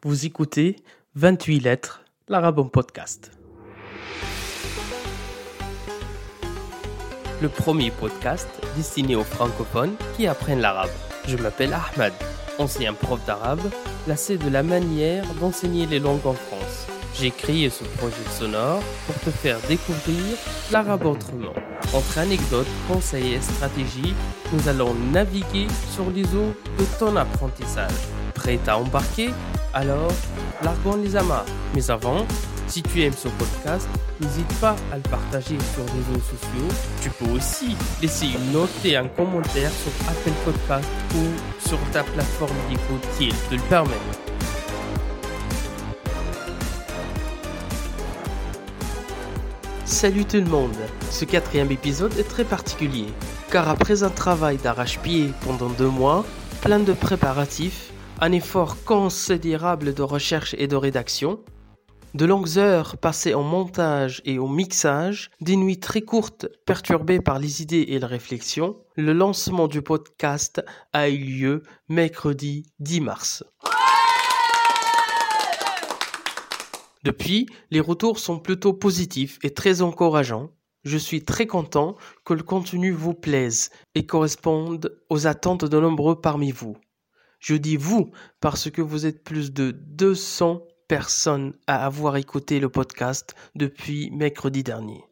Vous écoutez 28 lettres, l'arabe en podcast. Le premier podcast destiné aux francophones qui apprennent l'arabe. Je m'appelle Ahmed, ancien prof d'arabe, lassé de la manière d'enseigner les langues en France. J'ai créé ce projet sonore pour te faire découvrir l'arabe autrement. Entre anecdotes, conseils et stratégies, nous allons naviguer sur les eaux de ton apprentissage. Prêt à embarquer? Alors, larguons les amarres. Mais avant, si tu aimes ce podcast, n'hésite pas à le partager sur les réseaux sociaux. Tu peux aussi laisser une note et un commentaire sur Apple Podcast ou sur ta plateforme d'écoute qui te le permet. Salut tout le monde! Ce 4e épisode est très particulier, car après un travail d'arrache-pied pendant 2 mois, plein de préparatifs, un effort considérable de recherche et de rédaction, de longues heures passées en montage et au mixage, des nuits très courtes perturbées par les idées et les réflexions, le lancement du podcast a eu lieu mercredi 10 mars. Depuis, les retours sont plutôt positifs et très encourageants. Je suis très content que le contenu vous plaise et corresponde aux attentes de nombreux parmi vous. Je dis vous parce que vous êtes plus de 200 personnes à avoir écouté le podcast depuis mercredi dernier.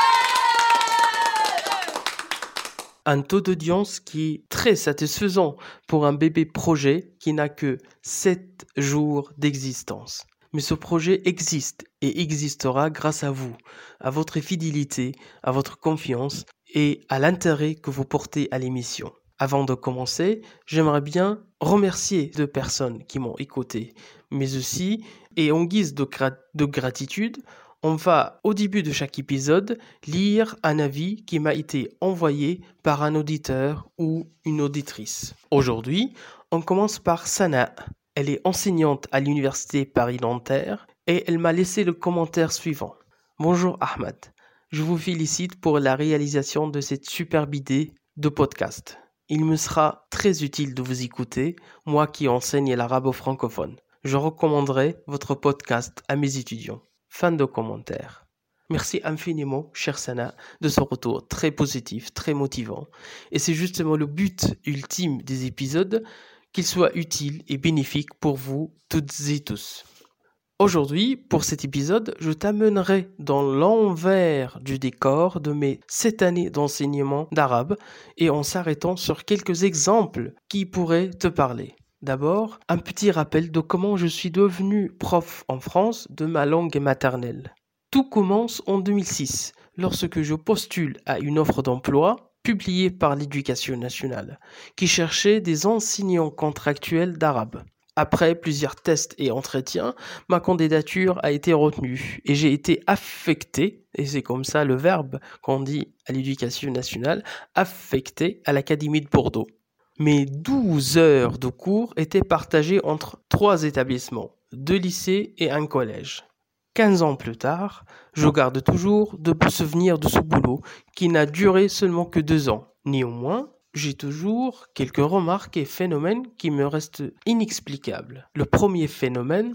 Un taux d'audience qui est très satisfaisant pour un bébé projet qui n'a que 7 jours d'existence. Mais ce projet existe et existera grâce à vous, à votre fidélité, à votre confiance et à l'intérêt que vous portez à l'émission. Avant de commencer, j'aimerais bien remercier 2 personnes qui m'ont écouté, mais aussi, et en guise de gratitude, on va, au début de chaque épisode, lire un avis qui m'a été envoyé par un auditeur ou une auditrice. Aujourd'hui, on commence par Sana. Elle est enseignante à l'université Paris-Nanterre et elle m'a laissé le commentaire suivant. Bonjour Ahmed, je vous félicite pour la réalisation de cette superbe idée de podcast. Il me sera très utile de vous écouter, moi qui enseigne l'arabe francophone. Je recommanderai votre podcast à mes étudiants. Fin de commentaire. Merci infiniment, chère Sana, de ce retour très positif, très motivant. Et c'est justement le but ultime des épisodes, qu'il soit utile et bénéfique pour vous toutes et tous. Aujourd'hui, pour cet épisode, je t'amènerai dans l'envers du décor de mes 7 années d'enseignement d'arabe et en s'arrêtant sur quelques exemples qui pourraient te parler. D'abord, un petit rappel de comment je suis devenu prof en France de ma langue maternelle. Tout commence en 2006, lorsque je postule à une offre d'emploi publiée par l'Éducation nationale, qui cherchait des enseignants contractuels d'arabe. Après plusieurs tests et entretiens, ma candidature a été retenue et j'ai été affecté, et c'est comme ça le verbe qu'on dit à l'Éducation nationale, affecté à l'Académie de Bordeaux. Mes 12 heures de cours étaient partagées entre 3 établissements, 2 lycées et un collège. 15 ans plus tard, je garde toujours de beaux souvenirs de ce boulot qui n'a duré seulement que 2 ans. Néanmoins, j'ai toujours quelques remarques et phénomènes qui me restent inexplicables. Le premier phénomène,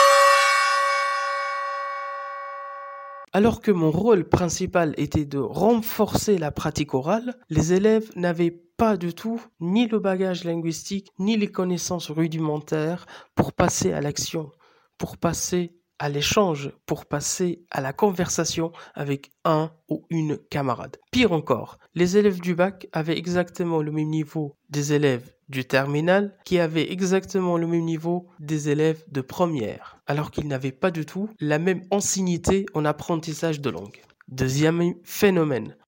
alors que mon rôle principal était de renforcer la pratique orale, les élèves n'avaient pas du tout ni le bagage linguistique ni les connaissances rudimentaires pour passer à l'action, pour passer à l'échange, pour passer à la conversation avec un ou une camarade. Pire encore, les élèves du bac avaient exactement le même niveau des élèves du terminal qui avaient exactement le même niveau des élèves de première, alors qu'ils n'avaient pas du tout la même ancienneté en apprentissage de langue. Deuxième phénomène.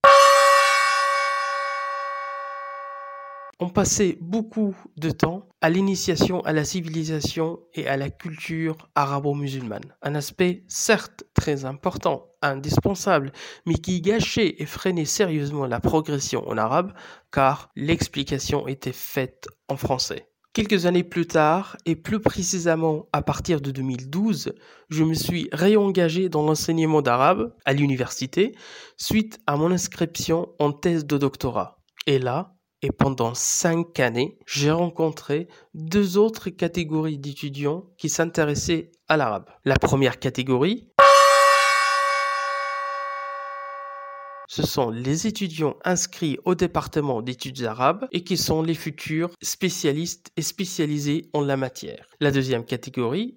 On passait beaucoup de temps à l'initiation à la civilisation et à la culture arabo-musulmane. Un aspect certes très important, indispensable, mais qui gâchait et freinait sérieusement la progression en arabe, car l'explication était faite en français. Quelques années plus tard, et plus précisément à partir de 2012, je me suis réengagé dans l'enseignement d'arabe à l'université suite à mon inscription en thèse de doctorat. Et là, Et pendant 5 années, j'ai rencontré 2 autres catégories d'étudiants qui s'intéressaient à l'arabe. La première catégorie, ce sont les étudiants inscrits au département d'études arabes et qui sont les futurs spécialistes et spécialisés en la matière. La deuxième catégorie,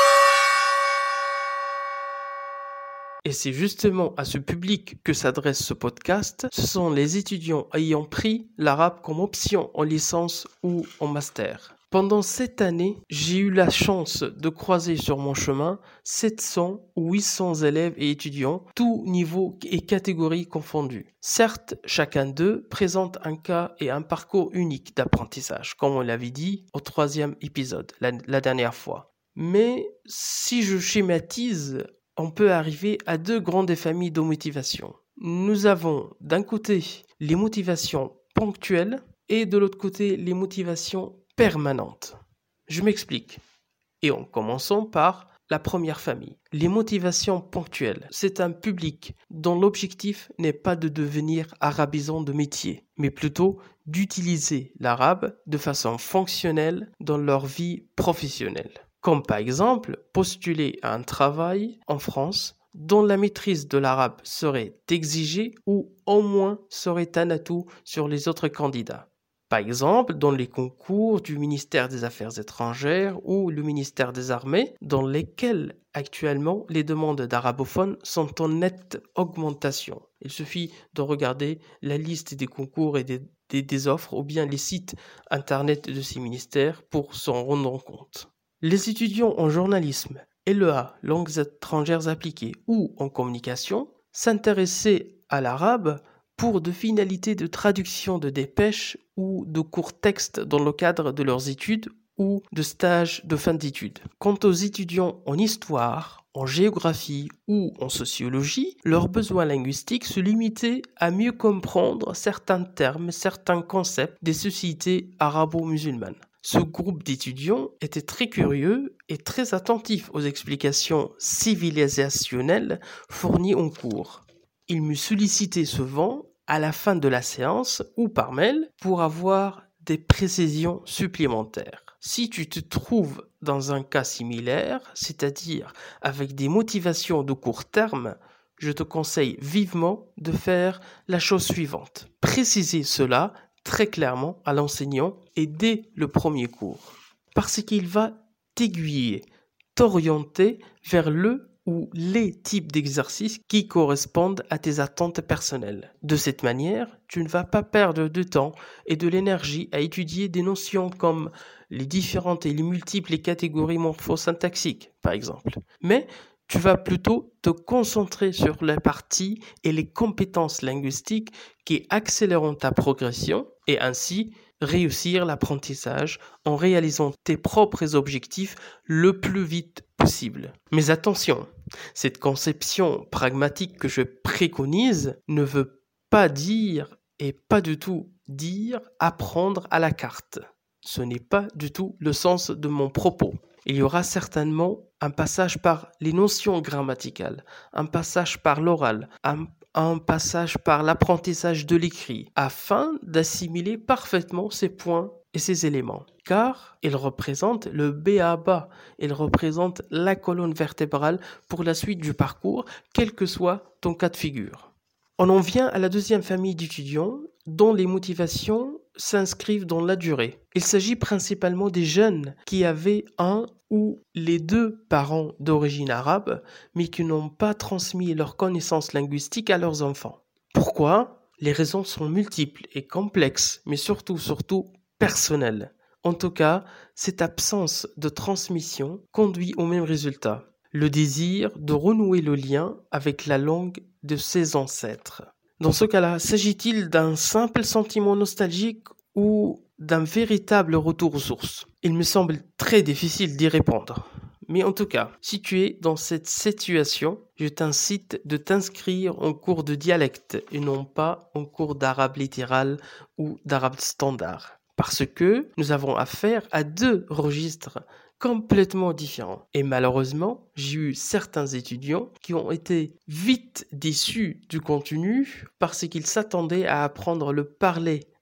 et c'est justement à ce public que s'adresse ce podcast, ce sont les étudiants ayant pris l'arabe comme option en licence ou en master. Pendant cette année, j'ai eu la chance de croiser sur mon chemin 700 ou 800 élèves et étudiants, tous niveaux et catégories confondus. Certes, chacun d'eux présente un cas et un parcours unique d'apprentissage, comme on l'avait dit au 3e épisode, la dernière fois. Mais si je schématise, on peut arriver à 2 grandes familles de motivation. Nous avons d'un côté les motivations ponctuelles et de l'autre côté les motivations permanentes. Je m'explique. Et en commençant par la première famille. Les motivations ponctuelles. C'est un public dont l'objectif n'est pas de devenir arabisant de métier, mais plutôt d'utiliser l'arabe de façon fonctionnelle dans leur vie professionnelle. Comme par exemple postuler à un travail en France dont la maîtrise de l'arabe serait exigée ou au moins serait un atout sur les autres candidats. Par exemple, dans les concours du ministère des Affaires étrangères ou le ministère des Armées, dans lesquels actuellement les demandes d'arabophones sont en nette augmentation. Il suffit de regarder la liste des concours et des offres ou bien les sites internet de ces ministères pour s'en rendre compte. Les étudiants en journalisme, LEA, langues étrangères appliquées, ou en communication, s'intéressaient à l'arabe pour de finalités de traduction de dépêches ou de courts textes dans le cadre de leurs études ou de stages de fin d'études. Quant aux étudiants en histoire, en géographie ou en sociologie, leurs besoins linguistiques se limitaient à mieux comprendre certains termes, certains concepts des sociétés arabo-musulmanes. Ce groupe d'étudiants était très curieux et très attentif aux explications civilisationnelles fournies en cours. Il me sollicitait souvent à la fin de la séance ou par mail pour avoir des précisions supplémentaires. Si tu te trouves dans un cas similaire, c'est-à-dire avec des motivations de court terme, je te conseille vivement de faire la chose suivante. Préciser cela très clairement à l'enseignant et dès le premier cours. Parce qu'il va t'aiguiller, t'orienter vers le ou les types d'exercices qui correspondent à tes attentes personnelles. De cette manière, tu ne vas pas perdre de temps et de l'énergie à étudier des notions comme les différentes et les multiples catégories morphosyntaxiques, par exemple. Mais tu vas plutôt te concentrer sur la partie et les compétences linguistiques qui accéléreront ta progression et ainsi réussir l'apprentissage en réalisant tes propres objectifs le plus vite possible. Mais attention, cette conception pragmatique que je préconise ne veut pas dire et pas du tout dire apprendre à la carte. Ce n'est pas du tout le sens de mon propos. Il y aura certainement un passage par les notions grammaticales, un passage par l'oral, un passage par l'apprentissage de l'écrit, afin d'assimiler parfaitement ces points et ces éléments. Car ils représentent le b.a.-ba, ils représentent la colonne vertébrale pour la suite du parcours, quel que soit ton cas de figure. On en vient à la deuxième famille d'étudiants dont les motivations s'inscrivent dans la durée. Il s'agit principalement des jeunes qui avaient un ou les 2 parents d'origine arabe, mais qui n'ont pas transmis leurs connaissances linguistiques à leurs enfants. Pourquoi ? Les raisons sont multiples et complexes, mais surtout personnelles. En tout cas, cette absence de transmission conduit au même résultat. Le désir de renouer le lien avec la langue de ses ancêtres. Dans ce cas-là, s'agit-il d'un simple sentiment nostalgique ou d'un véritable retour aux sources ? Il me semble très difficile d'y répondre. Mais en tout cas, si tu es dans cette situation, je t'incite de t'inscrire en cours de dialecte et non pas en cours d'arabe littéral ou d'arabe standard. Parce que nous avons affaire à 2 registres complètement différents. Et malheureusement, j'ai eu certains étudiants qui ont été vite déçus du contenu parce qu'ils s'attendaient à apprendre le parler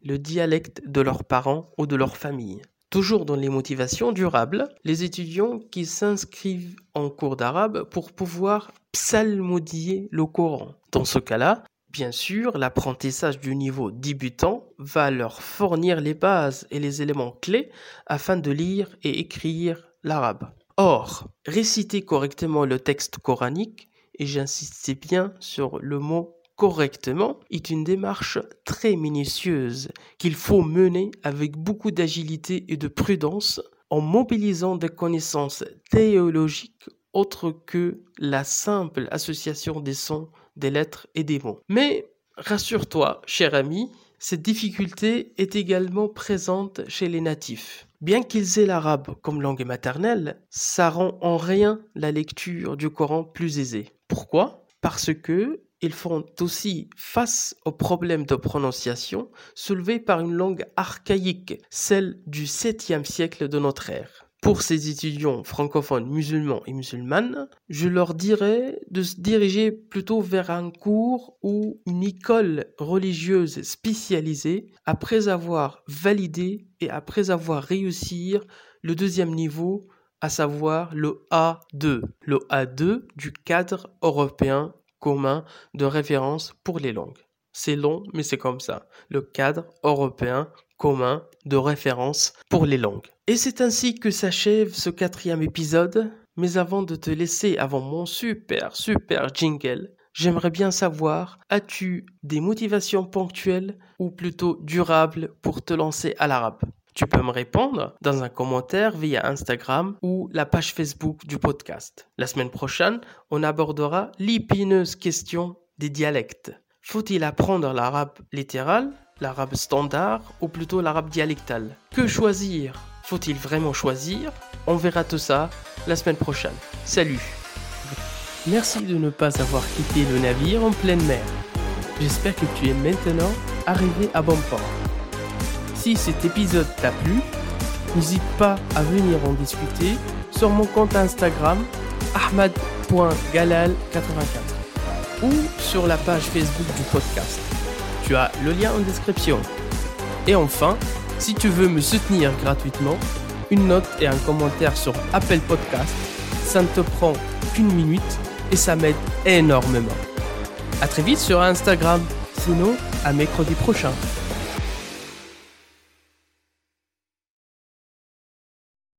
le dialecte de leurs parents ou de leur famille. Toujours dans les motivations durables, les étudiants qui s'inscrivent en cours d'arabe pour pouvoir psalmodier le Coran. Dans ce cas-là, bien sûr, l'apprentissage du niveau débutant va leur fournir les bases et les éléments clés afin de lire et écrire l'arabe. Or, réciter correctement le texte coranique, et j'insiste bien sur le mot correctement, est une démarche très minutieuse qu'il faut mener avec beaucoup d'agilité et de prudence en mobilisant des connaissances théologiques autres que la simple association des sons, des lettres et des mots. Mais rassure-toi, cher ami, cette difficulté est également présente chez les natifs. Bien qu'ils aient l'arabe comme langue maternelle, ça rend en rien la lecture du Coran plus aisée. Pourquoi ? Parce que ils font aussi face aux problèmes de prononciation soulevés par une langue archaïque, celle du 7e siècle de notre ère. Pour ces étudiants francophones musulmans et musulmanes, je leur dirais de se diriger plutôt vers un cours ou une école religieuse spécialisée après avoir validé et après avoir réussi le 2e niveau, à savoir le A2. Le A2 du cadre européen commun de référence pour les langues. C'est long, mais c'est comme ça. Le cadre européen commun de référence pour les langues. Et c'est ainsi que s'achève ce 4e épisode. Mais avant de te laisser avant mon super jingle, j'aimerais bien savoir, as-tu des motivations ponctuelles ou plutôt durables pour te lancer à l'arabe ? Tu peux me répondre dans un commentaire via Instagram ou la page Facebook du podcast. La semaine prochaine, on abordera l'épineuse question des dialectes. Faut-il apprendre l'arabe littéral, l'arabe standard ou plutôt l'arabe dialectal ? Que choisir ? Faut-il vraiment choisir ? On verra tout ça la semaine prochaine. Salut ! Merci de ne pas avoir quitté le navire en pleine mer. J'espère que tu es maintenant arrivé à bon port. Si cet épisode t'a plu, n'hésite pas à venir en discuter sur mon compte Instagram ahmad.galal84 ou sur la page Facebook du podcast. Tu as le lien en description. Et enfin, si tu veux me soutenir gratuitement, une note et un commentaire sur Apple Podcast, ça ne te prend qu'une minute et ça m'aide énormément. À très vite sur Instagram, sinon à mercredi prochain.